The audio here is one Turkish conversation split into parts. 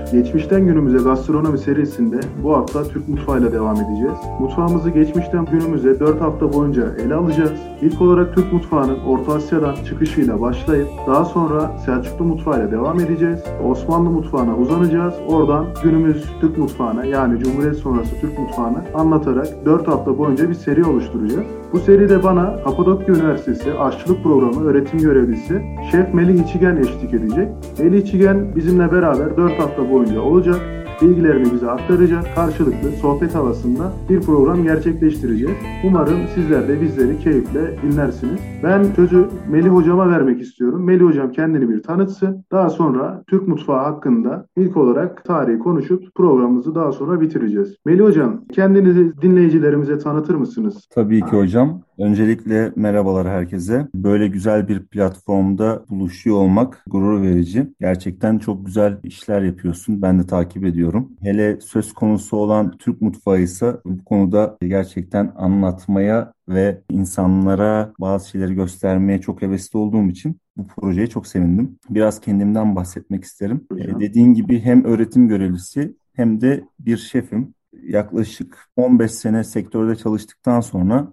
Geçmişten günümüze gastronomi serisinde bu hafta Türk mutfağıyla devam edeceğiz. Mutfağımızı geçmişten günümüze 4 hafta boyunca ele alacağız. İlk olarak Türk mutfağının Orta Asya'dan çıkışıyla başlayıp daha sonra Selçuklu mutfağıyla devam edeceğiz. Osmanlı mutfağına uzanacağız. Oradan günümüz Türk mutfağına yani Cumhuriyet sonrası Türk mutfağını anlatarak 4 hafta boyunca bir seri oluşturacağız. Bu seride bana Kapadokya Üniversitesi Aşçılık Programı öğretim görevlisi Şef Melih İçigen eşlik edecek. Melih İçigen bizimle beraber 4 hafta boyunca olacak. Bilgilerini bize aktaracak. Karşılıklı sohbet havasında bir program gerçekleştireceğiz. Umarım sizler de bizleri keyifle dinlersiniz. Ben sözü Melih Hocama vermek istiyorum. Melih Hocam kendini bir tanıtsın. Daha sonra Türk mutfağı hakkında ilk olarak tarihi konuşup programımızı daha sonra bitireceğiz. Melih Hocam kendinizi dinleyicilerimize tanıtır mısınız? Tabii ki hocam. Öncelikle merhabalar herkese. Böyle güzel bir platformda buluşuyor olmak gurur verici. Gerçekten çok güzel işler yapıyorsun. Ben de takip ediyorum. Hele söz konusu olan Türk mutfağı ise bu konuda gerçekten anlatmaya ve insanlara bazı şeyleri göstermeye çok hevesli olduğum için bu projeye çok sevindim. Biraz kendimden bahsetmek isterim. Hocam. Dediğin gibi hem öğretim görevlisi hem de bir şefim. Yaklaşık 15 sene sektörde çalıştıktan sonra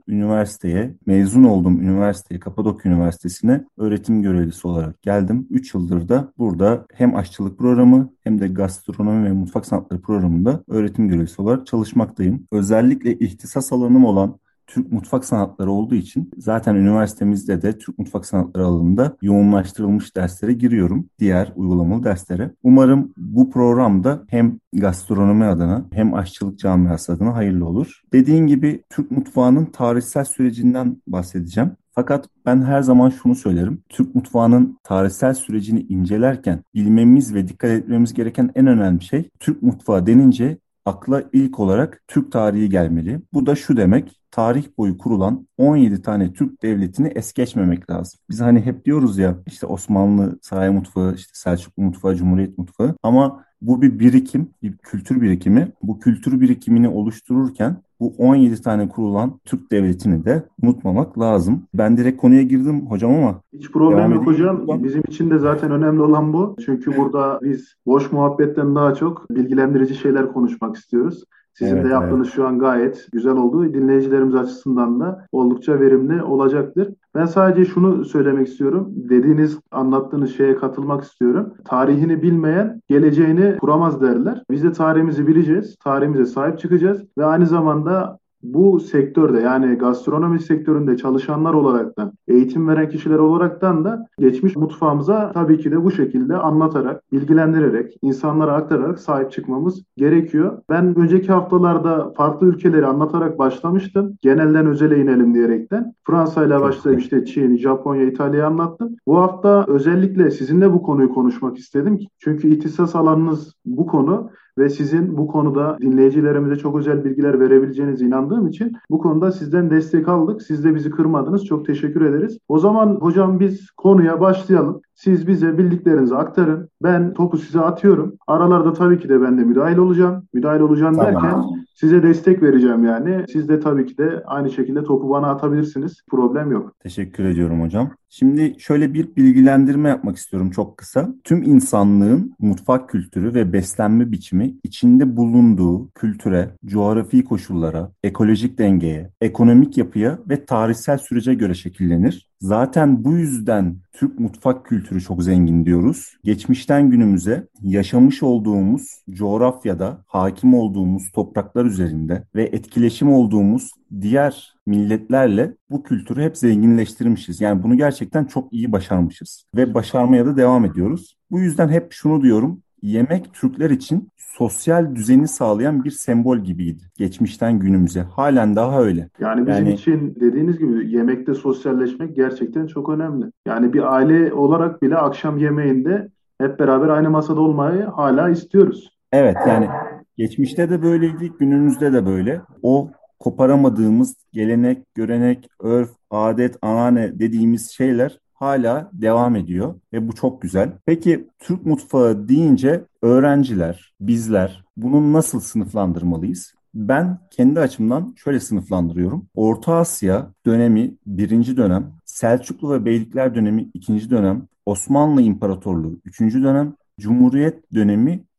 mezun oldum üniversiteye, Kapadokya Üniversitesi'ne öğretim görevlisi olarak geldim. 3 yıldır da burada hem aşçılık programı hem de gastronomi ve mutfak sanatları programında öğretim görevlisi olarak çalışmaktayım. Özellikle ihtisas alanım olan Türk mutfak sanatları olduğu için zaten üniversitemizde de Türk mutfak sanatları alanında yoğunlaştırılmış derslere giriyorum. Diğer uygulamalı derslere. Umarım bu programda hem gastronomi adına hem aşçılık camiası adına hayırlı olur. Dediğin gibi Türk mutfağının tarihsel sürecinden bahsedeceğim. Fakat ben her zaman şunu söylerim. Türk mutfağının tarihsel sürecini incelerken bilmemiz ve dikkat etmemiz gereken en önemli şey Türk mutfağı denince akla ilk olarak Türk tarihi gelmeli. Bu da şu demek, tarih boyu kurulan 17 tane Türk devletini es geçmemek lazım. Biz hani hep diyoruz ya işte Osmanlı saray mutfağı, işte Selçuklu mutfağı, Cumhuriyet mutfağı ama bu bir birikim, bir kültür birikimi. Bu kültür birikimini oluştururken bu 17 tane kurulan Türk devletini de unutmamak lazım. Ben direkt konuya girdim hocam ama Hiç problem devam yok edeyim mi hocam. buradan? Bizim için de zaten önemli olan bu. Çünkü burada biz boş muhabbetten daha çok bilgilendirici şeyler konuşmak istiyoruz. Sizin de Evet, evet. yaptığınız şu an gayet güzel oldu. Dinleyicilerimiz açısından da oldukça verimli olacaktır. Ben sadece şunu söylemek istiyorum. Dediğiniz, anlattığınız şeye katılmak istiyorum. Tarihini bilmeyen geleceğini kuramaz derler. Biz de tarihimizi bileceğiz. Tarihimize sahip çıkacağız ve aynı zamanda bu sektörde yani gastronomi sektöründe çalışanlar olaraktan, eğitim veren kişiler olaraktan da geçmiş mutfağımıza tabii ki de bu şekilde anlatarak, bilgilendirerek, insanlara aktararak sahip çıkmamız gerekiyor. Ben önceki haftalarda farklı ülkeleri anlatarak başlamıştım. Genelden özele inelim diyerekten. Fransa ile Çok başlayıp güzel. işte Çin, Japonya, İtalya'yı anlattım. Bu hafta özellikle sizinle bu konuyu konuşmak istedim. Çünkü ihtisas alanınız bu konu ve sizin bu konuda dinleyicilerimize çok özel bilgiler verebileceğinize inandığım için bu konuda sizden destek aldık. Siz de bizi kırmadınız. Çok teşekkür ederiz. O zaman hocam biz konuya başlayalım. Siz bize bildiklerinizi aktarın. Ben topu size atıyorum. Aralarda tabii ki de ben de müdahil olacağım. Müdahil olacağım derken Tamam. size destek vereceğim yani. Siz de tabii ki de aynı şekilde topu bana atabilirsiniz. Problem yok. Teşekkür ediyorum hocam. Şimdi şöyle bir bilgilendirme yapmak istiyorum çok kısa. Tüm insanlığın mutfak kültürü ve beslenme biçimi içinde bulunduğu kültüre, coğrafi koşullara, ekolojik dengeye, ekonomik yapıya ve tarihsel sürece göre şekillenir. Zaten bu yüzden Türk mutfak kültürü çok zengin diyoruz. Geçmişten günümüze yaşamış olduğumuz coğrafyada, hakim olduğumuz topraklar üzerinde ve etkileşim olduğumuz diğer milletlerle bu kültürü hep zenginleştirmişiz. Yani bunu gerçekten çok iyi başarmışız ve başarmaya da devam ediyoruz. Bu yüzden hep şunu diyorum. Yemek Türkler için sosyal düzeni sağlayan bir sembol gibiydi. Geçmişten günümüze. Halen daha öyle. Yani bizim Yani için dediğiniz gibi yemekte sosyalleşmek gerçekten çok önemli. Yani bir aile olarak bile akşam yemeğinde hep beraber aynı masada olmayı hala istiyoruz. evet, yani geçmişte de böyleydi, günümüzde de böyle. O koparamadığımız gelenek, görenek, örf, adet, anane dediğimiz şeyler hala devam ediyor ve bu çok güzel. Peki Türk mutfağı deyince öğrenciler, bizler bunu nasıl sınıflandırmalıyız? Ben kendi açımdan şöyle sınıflandırıyorum. Orta Asya dönemi birinci dönem, Selçuklu ve Beylikler dönemi ikinci dönem, Osmanlı İmparatorluğu üçüncü dönem, Cumhuriyet dönemi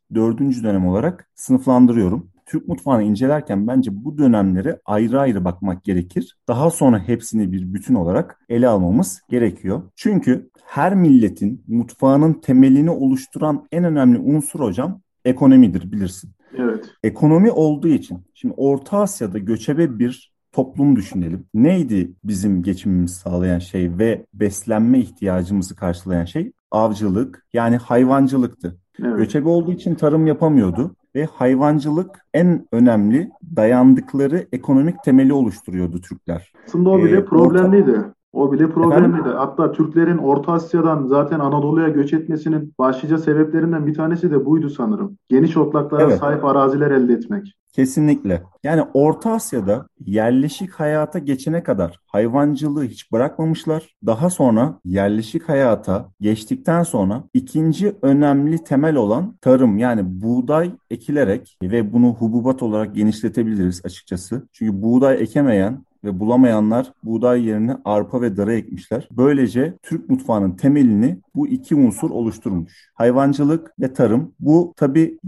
dördüncü dönem olarak sınıflandırıyorum. Türk mutfağını incelerken bence bu dönemlere ayrı ayrı bakmak gerekir. Daha sonra hepsini bir bütün olarak ele almamız gerekiyor. Çünkü her milletin mutfağının temelini oluşturan en önemli unsur hocam ekonomidir, bilirsin. Evet. Ekonomi olduğu için şimdi Orta Asya'da göçebe bir toplum düşünelim. Neydi bizim geçimimizi sağlayan şey ve beslenme ihtiyacımızı karşılayan şey? Avcılık, yani hayvancılıktı. Evet. Göçebe olduğu için tarım yapamıyordu ve hayvancılık en önemli dayandıkları ekonomik temeli oluşturuyordu Türkler. Aslında o bile Orta problemliydi. O bile Efendim? problemliydi. Hatta Türklerin Orta Asya'dan zaten Anadolu'ya göç etmesinin başlıca sebeplerinden bir tanesi de buydu sanırım. Geniş otlaklara Evet. sahip araziler elde etmek. Kesinlikle. Yani Orta Asya'da yerleşik hayata geçene kadar hayvancılığı hiç bırakmamışlar. Daha sonra yerleşik hayata geçtikten sonra ikinci önemli temel olan tarım, yani buğday ekilerek ve bunu hububat olarak genişletebiliriz açıkçası. Çünkü buğday ekemeyen ve bulamayanlar buğday yerine arpa ve dara ekmişler. Böylece Türk mutfağının temelini bu iki unsur oluşturmuş. Hayvancılık ve tarım. Bu tabii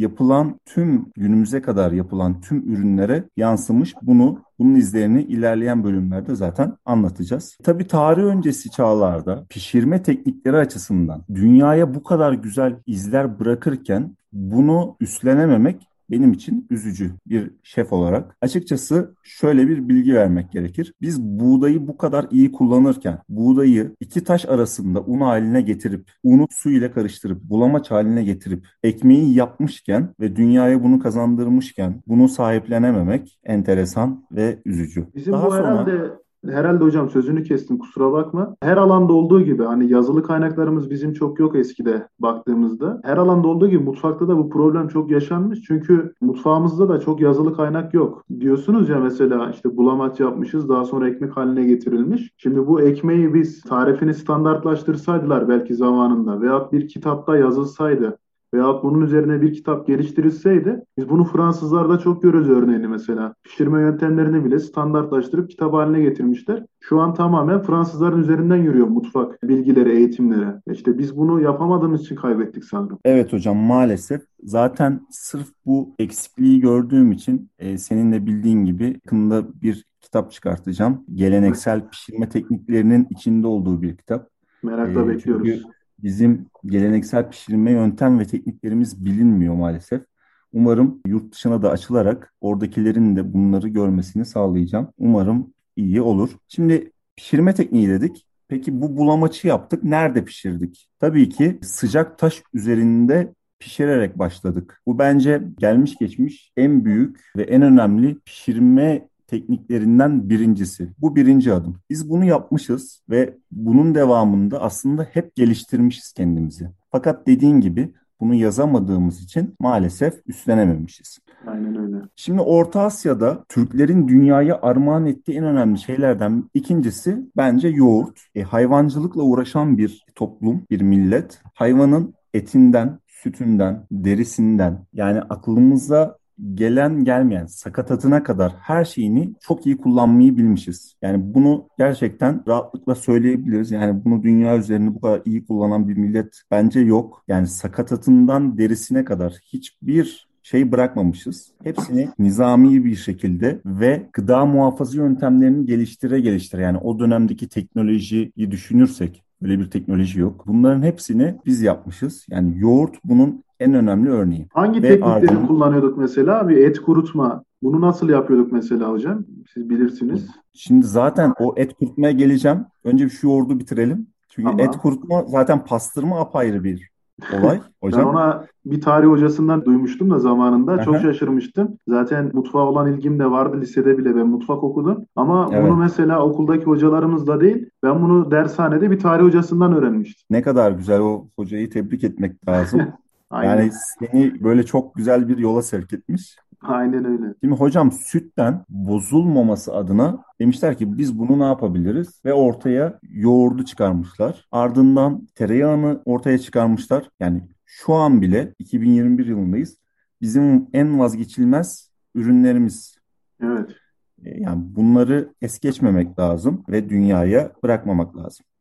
günümüze kadar yapılan tüm ürünlere yansımış. Bunun izlerini ilerleyen bölümlerde zaten anlatacağız. Tabii tarih öncesi çağlarda pişirme teknikleri açısından dünyaya bu kadar güzel izler bırakırken bunu üstlenememek benim için üzücü bir şef olarak. Açıkçası şöyle bir bilgi vermek gerekir. Biz buğdayı bu kadar iyi kullanırken, buğdayı iki taş arasında un haline getirip, unu su ile karıştırıp, bulamaç haline getirip, ekmeği yapmışken ve dünyaya bunu kazandırmışken bunu sahiplenememek enteresan ve üzücü. Bizim Daha bu sonra herhalde hocam sözünü kestim kusura bakma. Her alanda olduğu gibi hani yazılı kaynaklarımız bizim çok yok eskide baktığımızda. Her alanda olduğu gibi mutfakta da bu problem çok yaşanmış. Çünkü mutfağımızda da çok yazılı kaynak yok. Diyorsunuz ya mesela işte bulamaç yapmışız daha sonra ekmek haline getirilmiş. Şimdi bu ekmeği biz tarifini standartlaştırsaydılar belki zamanında veyahut bir kitapta yazılsaydı veyahut bunun üzerine bir kitap geliştirilseydi biz bunu Fransızlarda çok görürüz örneğini mesela. Pişirme yöntemlerini bile standartlaştırıp kitap haline getirmişler. Şu an tamamen Fransızların üzerinden yürüyor mutfak bilgileri, eğitimleri. İşte biz bunu yapamadığımız için kaybettik sanırım. evet hocam, maalesef zaten sırf bu eksikliği gördüğüm için senin de bildiğin gibi yakında bir kitap çıkartacağım. Geleneksel pişirme tekniklerinin içinde olduğu bir kitap. Merakla Çünkü bekliyoruz. bizim geleneksel pişirme yöntem ve tekniklerimiz bilinmiyor maalesef. Umarım yurt dışına da açılarak oradakilerin de bunları görmesini sağlayacağım. Umarım iyi olur. Şimdi pişirme tekniği dedik. Peki bu bulamaçı yaptık. Nerede pişirdik? Tabii ki sıcak taş üzerinde pişirerek başladık. Bu bence gelmiş geçmiş en büyük ve en önemli pişirme tekniklerinden birincisi. Bu birinci adım. Biz bunu yapmışız ve bunun devamında aslında hep geliştirmişiz kendimizi. Fakat dediğin gibi bunu yazamadığımız için maalesef üstlenememişiz. Aynen öyle. Şimdi Orta Asya'da Türklerin dünyaya armağan ettiği en önemli şeylerden ikincisi bence yoğurt. Hayvancılıkla uğraşan bir toplum, bir millet. Hayvanın etinden, sütünden, derisinden, yani aklımıza gelen gelmeyen sakatatına kadar her şeyini çok iyi kullanmayı bilmişiz. Yani bunu gerçekten rahatlıkla söyleyebiliriz. Yani bunu dünya üzerinde bu kadar iyi kullanan bir millet bence yok. Yani sakatatından derisine kadar hiçbir şey bırakmamışız. Hepsini nizami bir şekilde ve gıda muhafaza yöntemlerini geliştire yani o dönemdeki teknolojiyi düşünürsek öyle bir teknoloji yok. Bunların hepsini biz yapmışız. Yani yoğurt bunun en önemli örneği. Hangi Ve teknikleri ardından kullanıyorduk mesela? Bir et kurutma. Bunu nasıl yapıyorduk mesela hocam? Siz bilirsiniz. şimdi zaten o et kurutmaya geleceğim. Önce şu yoğurdu bitirelim. Çünkü et Ama kurutma zaten pastırma apayrı bir olay ben hocam. ona bir tarih hocasından duymuştum da zamanında. Çok Aha, şaşırmıştım. Zaten mutfağa olan ilgim de vardı. Lisede bile ben mutfak okudum. Ama bunu evet. mesela okuldaki hocalarımızla değil, ben bunu dershanede bir tarih hocasından öğrenmiştim. Ne kadar güzel, o hocayı tebrik etmek lazım. Yani Aynen. seni böyle çok güzel bir yola sevk etmiş. Aynen öyle. Şimdi hocam sütten bozulmaması adına demişler ki biz bunu ne yapabiliriz? Ve ortaya yoğurdu çıkarmışlar. Ardından tereyağını ortaya çıkarmışlar. Yani şu an bile 2021 yılındayız. Bizim en vazgeçilmez ürünlerimiz. Evet. Yani bunları es geçmemek lazım ve dünyaya bırakmamak lazım.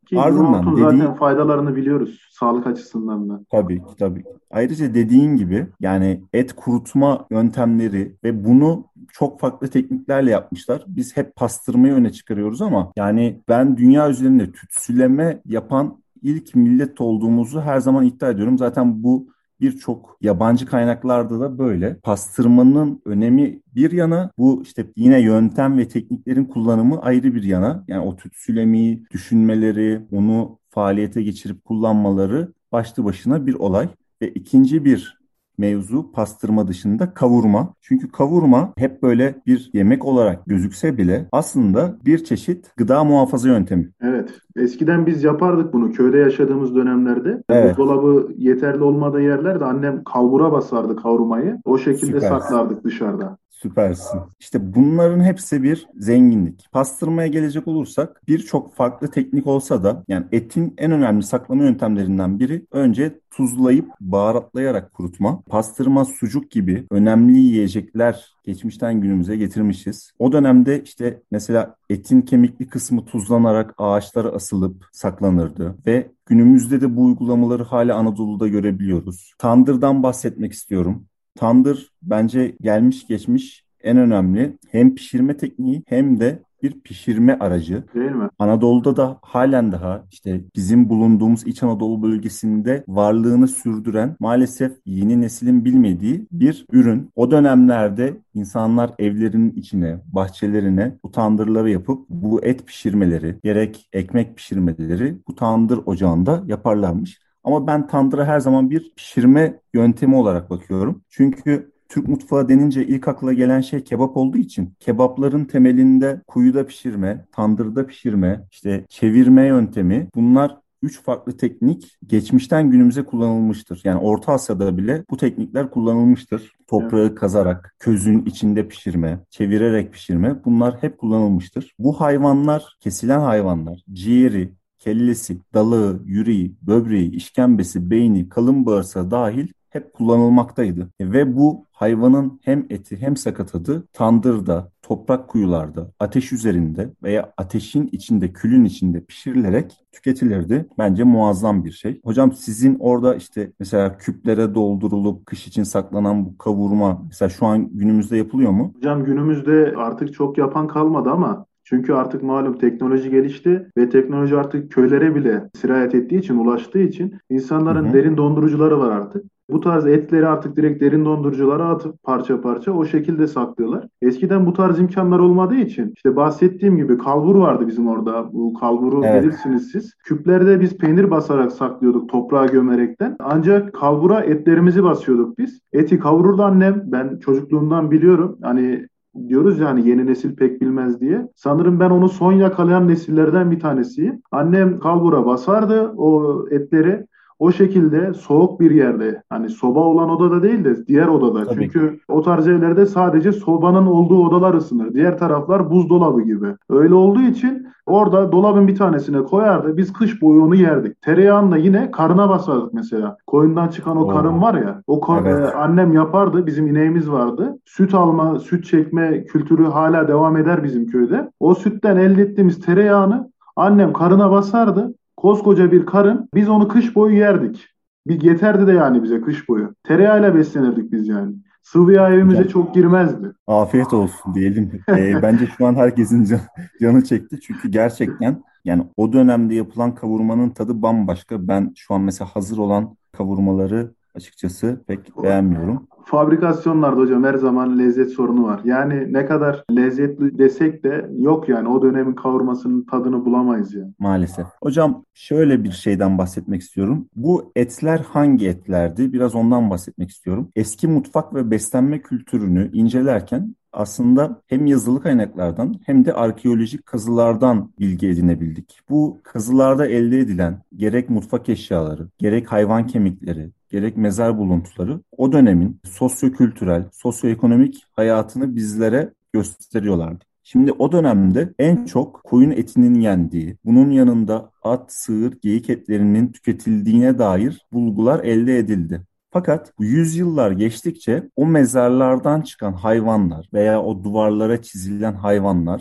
Ki Ardından nohutun zaten dediği faydalarını biliyoruz sağlık açısından da. tabii ki tabii ki. Ayrıca dediğin gibi yani et kurutma yöntemleri ve bunu çok farklı tekniklerle yapmışlar. Biz hep pastırmayı öne çıkarıyoruz ama yani ben dünya üzerinde tütsüleme yapan ilk millet olduğumuzu her zaman iddia ediyorum. Zaten bu birçok yabancı kaynaklarda da böyle. Pastırmanın önemi bir yana, bu işte yine yöntem ve tekniklerin kullanımı ayrı bir yana. Yani o tütsülemeyi düşünmeleri, onu faaliyete geçirip kullanmaları başlı başına bir olay. Ve ikinci bir mevzu pastırma dışında kavurma. Çünkü kavurma hep böyle bir yemek olarak gözükse bile aslında bir çeşit gıda muhafaza yöntemi. Evet. Eskiden biz yapardık bunu köyde yaşadığımız dönemlerde. Evet, Buzdolabı yeterli olmadığı yerlerde annem kalbura basardı kavurmayı. O şekilde süpersin. saklardık dışarıda. Süpersin. İşte bunların hepsi bir zenginlik. Pastırmaya gelecek olursak birçok farklı teknik olsa da yani etin en önemli saklama yöntemlerinden biri önce tuzlayıp baharatlayarak kurutma. Pastırma, sucuk gibi önemli yiyecekler geçmişten günümüze getirmişiz. O dönemde işte mesela etin kemikli kısmı tuzlanarak ağaçlara asılıp saklanırdı ve günümüzde de bu uygulamaları hala Anadolu'da görebiliyoruz. Tandırdan bahsetmek istiyorum. Tandır bence gelmiş geçmiş en önemli hem pişirme tekniği hem de bir pişirme aracı. Değil mi? Anadolu'da da halen daha işte bizim bulunduğumuz İç Anadolu bölgesinde varlığını sürdüren maalesef yeni neslin bilmediği bir ürün. O dönemlerde insanlar evlerinin içine, bahçelerine bu tandırları yapıp bu et pişirmeleri, gerek ekmek pişirmeleri bu tandır ocağında yaparlarmış. Ama ben tandıra her zaman bir pişirme yöntemi olarak bakıyorum. Çünkü Türk mutfağı denince ilk akla gelen şey kebap olduğu için kebapların temelinde kuyuda pişirme, tandırda pişirme, işte çevirme yöntemi bunlar üç farklı teknik geçmişten günümüze kullanılmıştır. Yani Orta Asya'da bile bu teknikler kullanılmıştır. Evet. Toprağı kazarak, közün içinde pişirme, çevirerek pişirme bunlar hep kullanılmıştır. Bu hayvanlar, kesilen hayvanlar, ciğeri, kellesi, dalağı, yüreği, böbreği, işkembesi, beyni, kalın bağırsağı dahil hep kullanılmaktaydı. Ve bu hayvanın hem eti hem sakatatı tandırda, toprak kuyularda, ateş üzerinde veya ateşin içinde, külün içinde pişirilerek tüketilirdi. Bence muazzam bir şey. Hocam sizin orada işte mesela küplere doldurulup kış için saklanan bu kavurma mesela şu an günümüzde yapılıyor mu? Hocam günümüzde artık çok yapan kalmadı ama çünkü artık malum teknoloji gelişti ve teknoloji artık köylere bile sirayet ettiği için, ulaştığı için Hı insanların hı. derin dondurucuları var artık. Bu tarz etleri artık direkt derin donduruculara atıp parça parça o şekilde saklıyorlar. Eskiden bu tarz imkanlar olmadığı için işte bahsettiğim gibi kalbur vardı bizim orada. Bu kalburu Evet, bilirsiniz siz. Küplerde biz peynir basarak saklıyorduk toprağa gömerekten. Ancak kalbura etlerimizi basıyorduk biz. Eti kavururdu annem. Ben çocukluğumdan biliyorum. Hani diyoruz yani yeni nesil pek bilmez diye. Sanırım ben onu son yakalayan nesillerden bir tanesiyim. Annem kalbura basardı o etleri. O şekilde soğuk bir yerde hani soba olan odada değil de diğer odada. tabii ki. Çünkü o tarz evlerde sadece sobanın olduğu odalar ısınır. Diğer taraflar buzdolabı gibi. Öyle olduğu için orada dolabın bir tanesine koyardı. Biz kış boyu onu yerdik. Tereyağını da yine karına basardık mesela. Koyundan çıkan o karın Oo, var ya. evet. Annem yapardı. Bizim ineğimiz vardı. Süt alma, süt çekme kültürü hala devam eder bizim köyde. O sütten elde ettiğimiz tereyağını annem karına basardı. Koskoca bir karın. Biz onu kış boyu yerdik. Bir yeterdi de yani bize kış boyu. Tereyağıyla beslenirdik biz yani. Sıvı yağ evimize Hocam çok girmezdi. afiyet olsun diyelim. Bence şu an herkesin canı çekti. Çünkü gerçekten yani o dönemde yapılan kavurmanın tadı bambaşka. Ben şu an mesela hazır olan kavurmaları açıkçası pek beğenmiyorum Fabrikasyonlarda hocam her zaman lezzet sorunu var. Yani ne kadar lezzetli desek de yok yani o dönemin kavurmasının tadını bulamayız yani. maalesef. Hocam şöyle bir şeyden bahsetmek istiyorum. Bu etler hangi etlerdi? Biraz ondan bahsetmek istiyorum. Eski mutfak ve beslenme kültürünü incelerken aslında hem yazılı kaynaklardan hem de arkeolojik kazılardan bilgi edinebildik. Bu kazılarda elde edilen gerek mutfak eşyaları, gerek hayvan kemikleri, gerek mezar buluntuları o dönemin sosyo-kültürel, sosyoekonomik hayatını bizlere gösteriyorlardı. Şimdi o dönemde en çok koyun etinin yendiği, bunun yanında at, sığır, geyik etlerinin tüketildiğine dair bulgular elde edildi. Fakat bu yüzyıllar geçtikçe o mezarlardan çıkan hayvanlar veya o duvarlara çizilen hayvanlar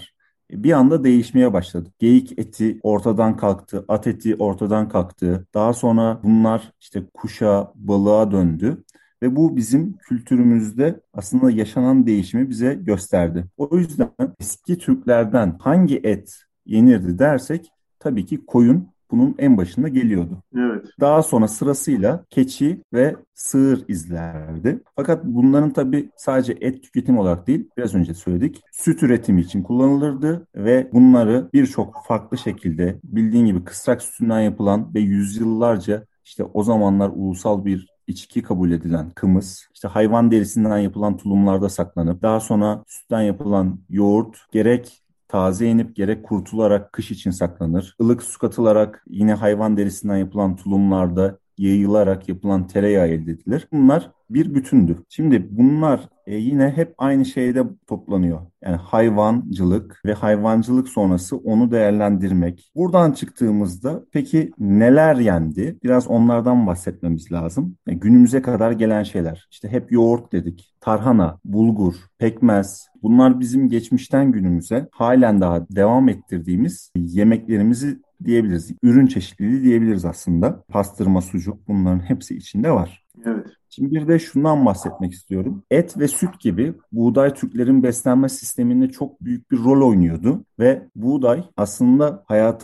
bir anda değişmeye başladı. Geyik eti ortadan kalktı, at eti ortadan kalktı. Daha sonra bunlar işte kuşa, balığa döndü. Ve bu bizim kültürümüzde aslında yaşanan değişimi bize gösterdi. O yüzden eski Türklerden hangi et yenirdi dersek tabii ki koyun bunun en başında geliyordu. Evet. Daha sonra sırasıyla keçi ve sığır izlerdi. Fakat bunların tabii sadece et tüketimi olarak değil, biraz önce söyledik, süt üretimi için kullanılırdı ve bunları birçok farklı şekilde bildiğin gibi kısrak sütünden yapılan ve yüzyıllarca işte o zamanlar ulusal bir içki kabul edilen kımız, işte hayvan derisinden yapılan tulumlarda saklanıp daha sonra sütten yapılan yoğurt gerek taze yenip gerek kurutularak kış için saklanır. Ilık su katılarak yine hayvan derisinden yapılan tulumlarda yayılarak yapılan tereyağı elde edilir. Bunlar bir bütündü. Şimdi bunlar yine hep aynı şeyde toplanıyor. Yani hayvancılık ve hayvancılık sonrası onu değerlendirmek. Buradan çıktığımızda peki neler yendi? Biraz onlardan bahsetmemiz lazım. Günümüze kadar gelen şeyler. İşte hep yoğurt dedik. Tarhana, bulgur, pekmez. Bunlar bizim geçmişten günümüze halen daha devam ettirdiğimiz yemeklerimizi diyebiliriz. Ürün çeşitliliği diyebiliriz aslında. Pastırma, sucuk bunların hepsi içinde var. Evet. Şimdi bir de şundan bahsetmek istiyorum. Et ve süt gibi buğday Türklerin beslenme sisteminde çok büyük bir rol oynuyordu ve buğday aslında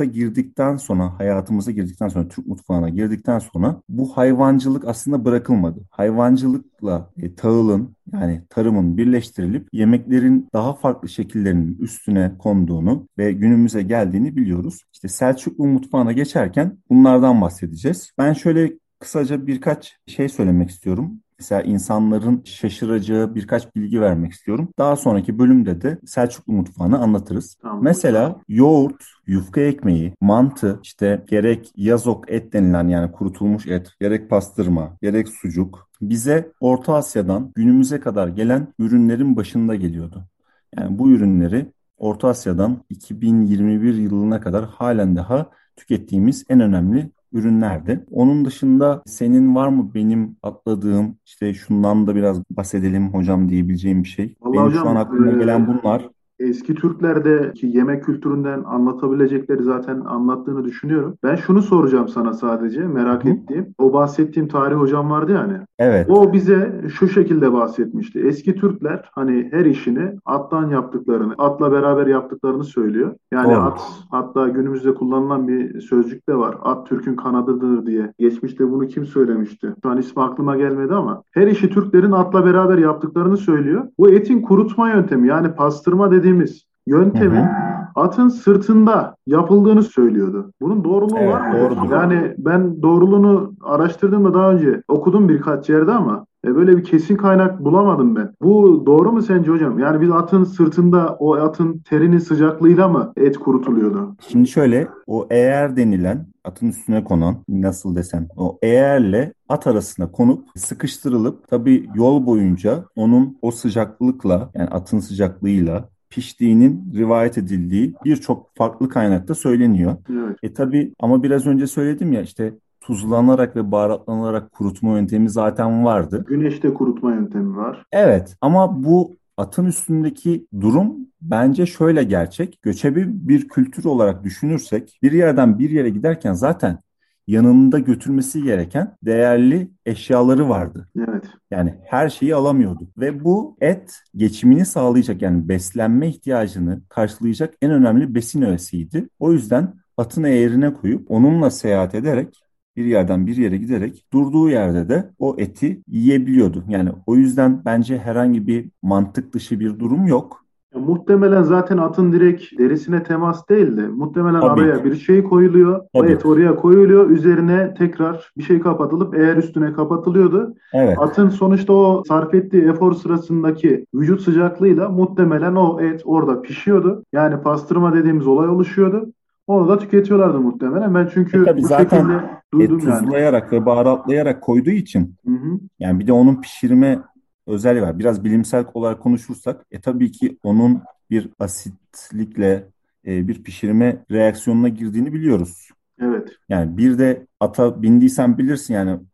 hayatımıza girdikten sonra, Türk mutfağına girdikten sonra bu hayvancılık aslında bırakılmadı. Hayvancılıkla tahılın yani tarımın birleştirilip yemeklerin daha farklı şekillerinin üstüne konduğunu ve günümüze geldiğini biliyoruz. İşte Selçuklu mutfağına geçerken bunlardan bahsedeceğiz. Ben şöyle kısaca birkaç şey söylemek istiyorum. Mesela insanların şaşıracağı birkaç bilgi vermek istiyorum. Daha sonraki bölümde de Selçuklu mutfağını anlatırız. Tamam hocam. Mesela yoğurt, yufka ekmeği, mantı, işte gerek yazok et denilen yani kurutulmuş et, gerek pastırma, gerek sucuk bize Orta Asya'dan günümüze kadar gelen ürünlerin başında geliyordu. Yani bu ürünleri Orta Asya'dan 2021 yılına kadar halen daha tükettiğimiz en önemli ürünlerdi. Onun dışında senin var mı benim atladığım işte şundan da biraz bahsedelim hocam diyebileceğim bir şey? Vallahi Benim şu an hocam, aklıma gelen bunlar. eski Türklerdeki yemek kültüründen anlatabilecekleri zaten anlattığını düşünüyorum. Ben şunu soracağım sana, sadece merak Hı? ettiğim. O bahsettiğim tarih hocam vardı yani. Evet, O bize şu şekilde bahsetmişti. Eski Türkler hani her işini attan yaptıklarını, atla beraber yaptıklarını söylüyor. Yani doğru. at, hatta günümüzde kullanılan bir sözcük de var. At Türk'ün kanadıdır diye. Geçmişte bunu kim söylemişti? Şu an ismi aklıma gelmedi ama her işi Türklerin atla beraber yaptıklarını söylüyor. Bu etin kurutma yöntemi, yani pastırma dediğimiz Hı yöntemin hı. atın sırtında yapıldığını söylüyordu. Bunun doğruluğu var Evet, mıdır? doğrudur. Yani ben doğruluğunu araştırdığımda daha önce okudum birkaç yerde ama böyle bir kesin kaynak bulamadım ben. Bu doğru mu sence hocam? Yani biz atın sırtında o atın terinin sıcaklığıyla mı et kurutuluyordu? Şimdi şöyle o eğer denilen atın üstüne konan nasıl desem o eğerle at arasına konup sıkıştırılıp tabii yol boyunca onun o sıcaklıkla yani atın sıcaklığıyla piştiğinin rivayet edildiği birçok farklı kaynakta söyleniyor. Evet. Tabii ama biraz önce söyledim ya işte tuzlanarak ve baharatlanarak kurutma yöntemi zaten vardı. Güneşte kurutma yöntemi var. Evet ama bu atın üstündeki durum bence şöyle gerçek. Göçebe bir kültür olarak düşünürsek bir yerden bir yere giderken zaten yanında götürmesi gereken değerli eşyaları vardı. Evet. Yani her şeyi alamıyordu. Ve bu et geçimini sağlayacak yani beslenme ihtiyacını karşılayacak en önemli besin öğesiydi. O yüzden atın eğerine koyup onunla seyahat ederek bir yerden bir yere giderek durduğu yerde de o eti yiyebiliyordu. Yani o yüzden bence herhangi bir mantık dışı bir durum yok. Ya muhtemelen zaten atın direkt derisine temas değil de muhtemelen Tabii araya ki. bir şey koyuluyor. O Tabii. et oraya koyuluyor. Üzerine tekrar bir şey kapatılıp eğer üstüne kapatılıyordu. Evet. Atın sonuçta o sarf ettiği efor sırasındaki vücut sıcaklığıyla muhtemelen o et orada pişiyordu. Yani pastırma dediğimiz olay oluşuyordu. Onu da tüketiyorlardı muhtemelen. Ben çünkü Tabii bu zaten şekilde duydum yani. tuzlayarak ve baharatlayarak koyduğu için Hı hı. yani bir de onun pişirme özelliği var. Biraz bilimsel olarak konuşursak tabii ki onun bir asitlikle bir pişirme reaksiyonuna girdiğini biliyoruz. Evet. Yani bir de ata bindiysen bilirsin yani çok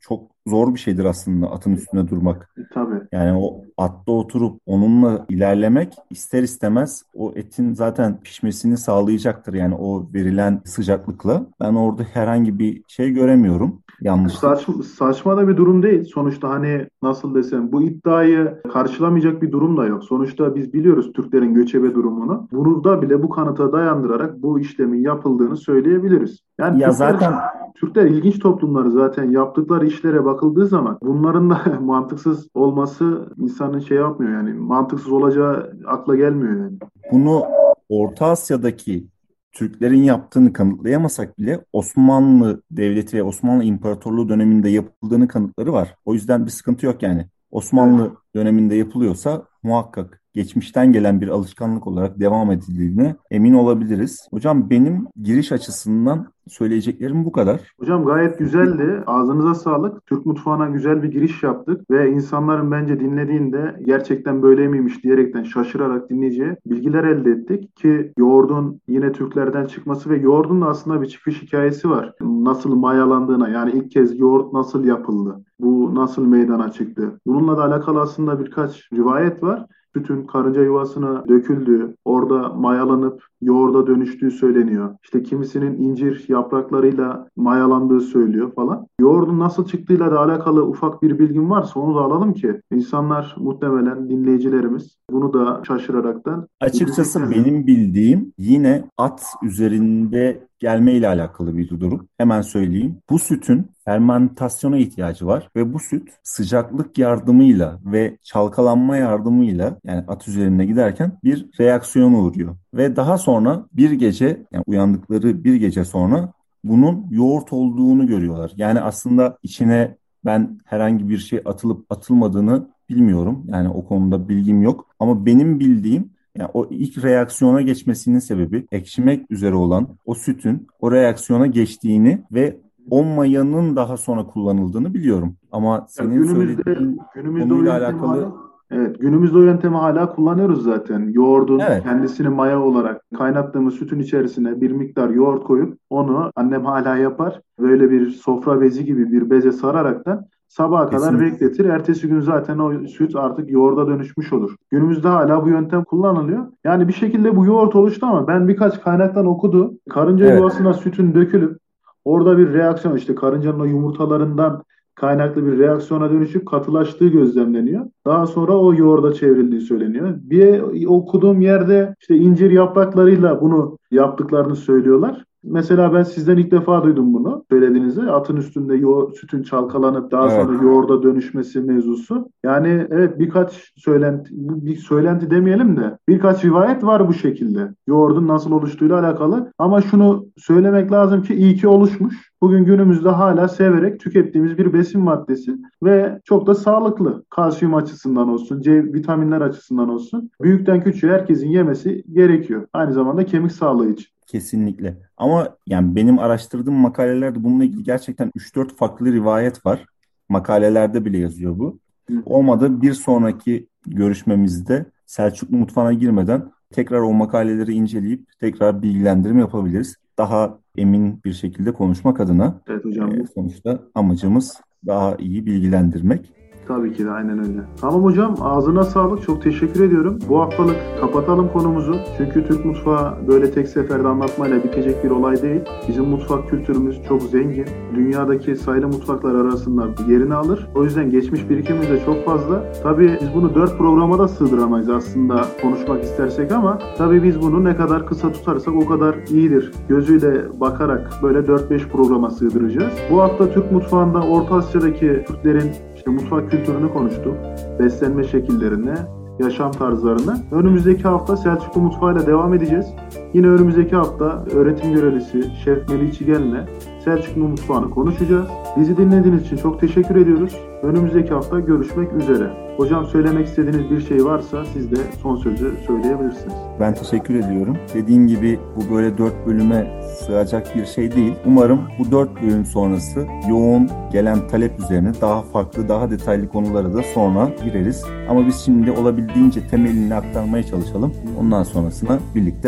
zor bir şeydir aslında atın üstünde durmak. Tabii. Yani o atta oturup onunla ilerlemek ister istemez o etin zaten pişmesini sağlayacaktır. Yani o verilen sıcaklıkla ben orada herhangi bir şey göremiyorum. Yanlışlık. Saçma da bir durum değil. Sonuçta hani nasıl desem bu iddiayı karşılamayacak bir durum da yok. Sonuçta biz biliyoruz Türklerin göçebe durumunu. Bunu da bile bu kanıta dayandırarak bu işlemin yapıldığını söyleyebiliriz. Yani Ya zaten Türkler ilginç toplumları zaten yaptıkları işlere bakıldığı zaman bunların da mantıksız olması insanın şey yapmıyor yani mantıksız olacağı akla gelmiyor yani. bunu Orta Asya'daki Türklerin yaptığını kanıtlayamasak bile Osmanlı Devleti ve Osmanlı İmparatorluğu döneminde yapıldığını kanıtları var. O yüzden bir sıkıntı yok yani. Evet. Osmanlı döneminde yapılıyorsa muhakkak geçmişten gelen bir alışkanlık olarak devam edildiğine emin olabiliriz. Hocam benim giriş açısından söyleyeceklerim bu kadar. Hocam gayet güzeldi. Ağzınıza sağlık. Türk mutfağına güzel bir giriş yaptık ve insanların bence dinlediğinde gerçekten böyle miymiş diyerekten şaşırarak dinleyeceği bilgiler elde ettik ki yoğurdun yine Türklerden çıkması ve yoğurdun da aslında bir çıkış hikayesi var. Nasıl mayalandığına yani ilk kez yoğurt nasıl yapıldı? Bu nasıl meydana çıktı? Bununla da alakalı aslında birkaç rivayet var. Sütün karınca yuvasına döküldüğü, orada mayalanıp yoğurda dönüştüğü söyleniyor. İşte kimisinin incir yapraklarıyla mayalandığı söylüyor falan. Yoğurdun nasıl çıktığıyla da alakalı ufak bir bilgin varsa onu da alalım ki insanlar muhtemelen dinleyicilerimiz bunu da şaşıraraktan Açıkçası dinleyecekler. benim bildiğim yine at üzerinde gelme ile alakalı bir durum. Hemen söyleyeyim. Bu sütün fermentasyona ihtiyacı var ve bu süt sıcaklık yardımıyla ve çalkalanma yardımıyla yani at üzerinde giderken bir reaksiyona uğruyor. Ve daha sonra bir gece yani uyandıkları bir gece sonra bunun yoğurt olduğunu görüyorlar. Yani aslında içine ben herhangi bir şey atılıp atılmadığını bilmiyorum. Yani o konuda bilgim yok. Ama benim bildiğim yani o ilk reaksiyona geçmesinin sebebi ekşimek üzere olan o sütün o reaksiyona geçtiğini ve o mayanın daha sonra kullanıldığını biliyorum. Ama Ya senin söylediğin günümüzde o konuyla yöntemi alakalı hala evet günümüzde o yöntemi hala kullanıyoruz zaten. Yoğurdun evet, kendisini maya olarak kaynattığımız sütün içerisine bir miktar yoğurt koyup onu annem hala yapar. Böyle bir sofra bezi gibi bir beze sararaktan sabaha kadar kesinlikle. bekletir. Ertesi gün zaten o süt artık yoğurda dönüşmüş olur. Günümüzde hala bu yöntem kullanılıyor. Yani bir şekilde bu yoğurt oluştu ama ben birkaç kaynaktan okudu. Karınca Evet, yuvasına sütün dökülüp orada bir reaksiyon işte karıncanın o yumurtalarından kaynaklı bir reaksiyona dönüşüp katılaştığı gözlemleniyor. Daha sonra o yoğurda çevrildiği söyleniyor. Bir okuduğum yerde işte incir yapraklarıyla bunu yaptıklarını söylüyorlar. Mesela ben sizden ilk defa duydum bunu söylediğinizde. Atın üstünde sütün çalkalanıp daha evet. sonra yoğurda dönüşmesi mevzusu. Yani evet birkaç söylenti, bir söylenti demeyelim de birkaç rivayet var bu şekilde. Yoğurdun nasıl oluştuğuyla alakalı. Ama şunu söylemek lazım ki iyi ki oluşmuş. Bugün günümüzde hala severek tükettiğimiz bir besin maddesi ve çok da sağlıklı. Kalsiyum açısından olsun, C vitaminler açısından olsun. Büyükten küçüğe herkesin yemesi gerekiyor. Aynı zamanda kemik sağlığı için. Kesinlikle. Ama yani benim araştırdığım makalelerde bununla ilgili gerçekten 3-4 farklı rivayet var. Makalelerde bile yazıyor bu. Hı hı. Olmadı bir sonraki görüşmemizde Selçuklu mutfağına girmeden tekrar o makaleleri inceleyip tekrar bilgilendirme yapabiliriz. Daha emin bir şekilde konuşmak adına Evet hocam. sonuçta amacımız daha iyi bilgilendirmek. Tabii ki de aynen öyle. Tamam hocam ağzına sağlık. Çok teşekkür ediyorum. Bu haftalık kapatalım konumuzu. Çünkü Türk mutfağı böyle tek seferde anlatmayla bitecek bir olay değil. Bizim mutfak kültürümüz çok zengin. Dünyadaki sayılı mutfaklar arasında yerini alır. O yüzden geçmiş birikimimiz de çok fazla. Tabii biz bunu 4 programa da sığdıramayız aslında konuşmak istersek ama tabii biz bunu ne kadar kısa tutarsak o kadar iyidir. Gözüyle bakarak böyle 4-5 programa sığdıracağız. Bu hafta Türk mutfağında Orta Asya'daki Türklerin işte mutfak kültürünü konuştuk. Beslenme şekillerini, yaşam tarzlarını. Önümüzdeki hafta Selçuklu mutfağıyla devam edeceğiz. Yine önümüzdeki hafta öğretim görevlisi Şef Melih Çigel'le Selçuklu mutfağını konuşacağız. Bizi dinlediğiniz için çok teşekkür ediyoruz. Önümüzdeki hafta görüşmek üzere. Hocam söylemek istediğiniz bir şey varsa siz de son sözü söyleyebilirsiniz. Ben teşekkür ediyorum. Dediğin gibi bu böyle 4 bölüme sığacak bir şey değil. Umarım bu 4 bölüm sonrası yoğun gelen talep üzerine daha farklı, daha detaylı konulara da sonra gireriz. Ama biz şimdi olabildiğince temelini aktarmaya çalışalım. Ondan sonrasına birlikte bakarız.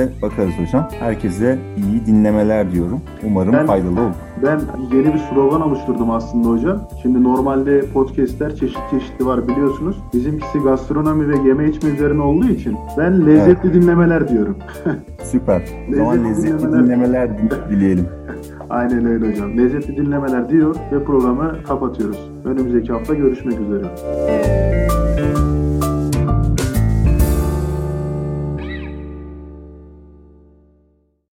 yaparız hocam. Herkese iyi dinlemeler diyorum. Umarım faydalı olur. Ben yeni bir slogan oluşturdum aslında hocam. Şimdi normalde podcastler çeşitli var biliyorsunuz. Bizimkisi gastronomi ve yeme içme üzerine olduğu için ben lezzetli dinlemeler diyorum. Süper. O zaman lezzetli dinlemeler dileyelim. Aynen öyle hocam. Lezzetli dinlemeler diyor ve programı kapatıyoruz. Önümüzdeki hafta görüşmek üzere.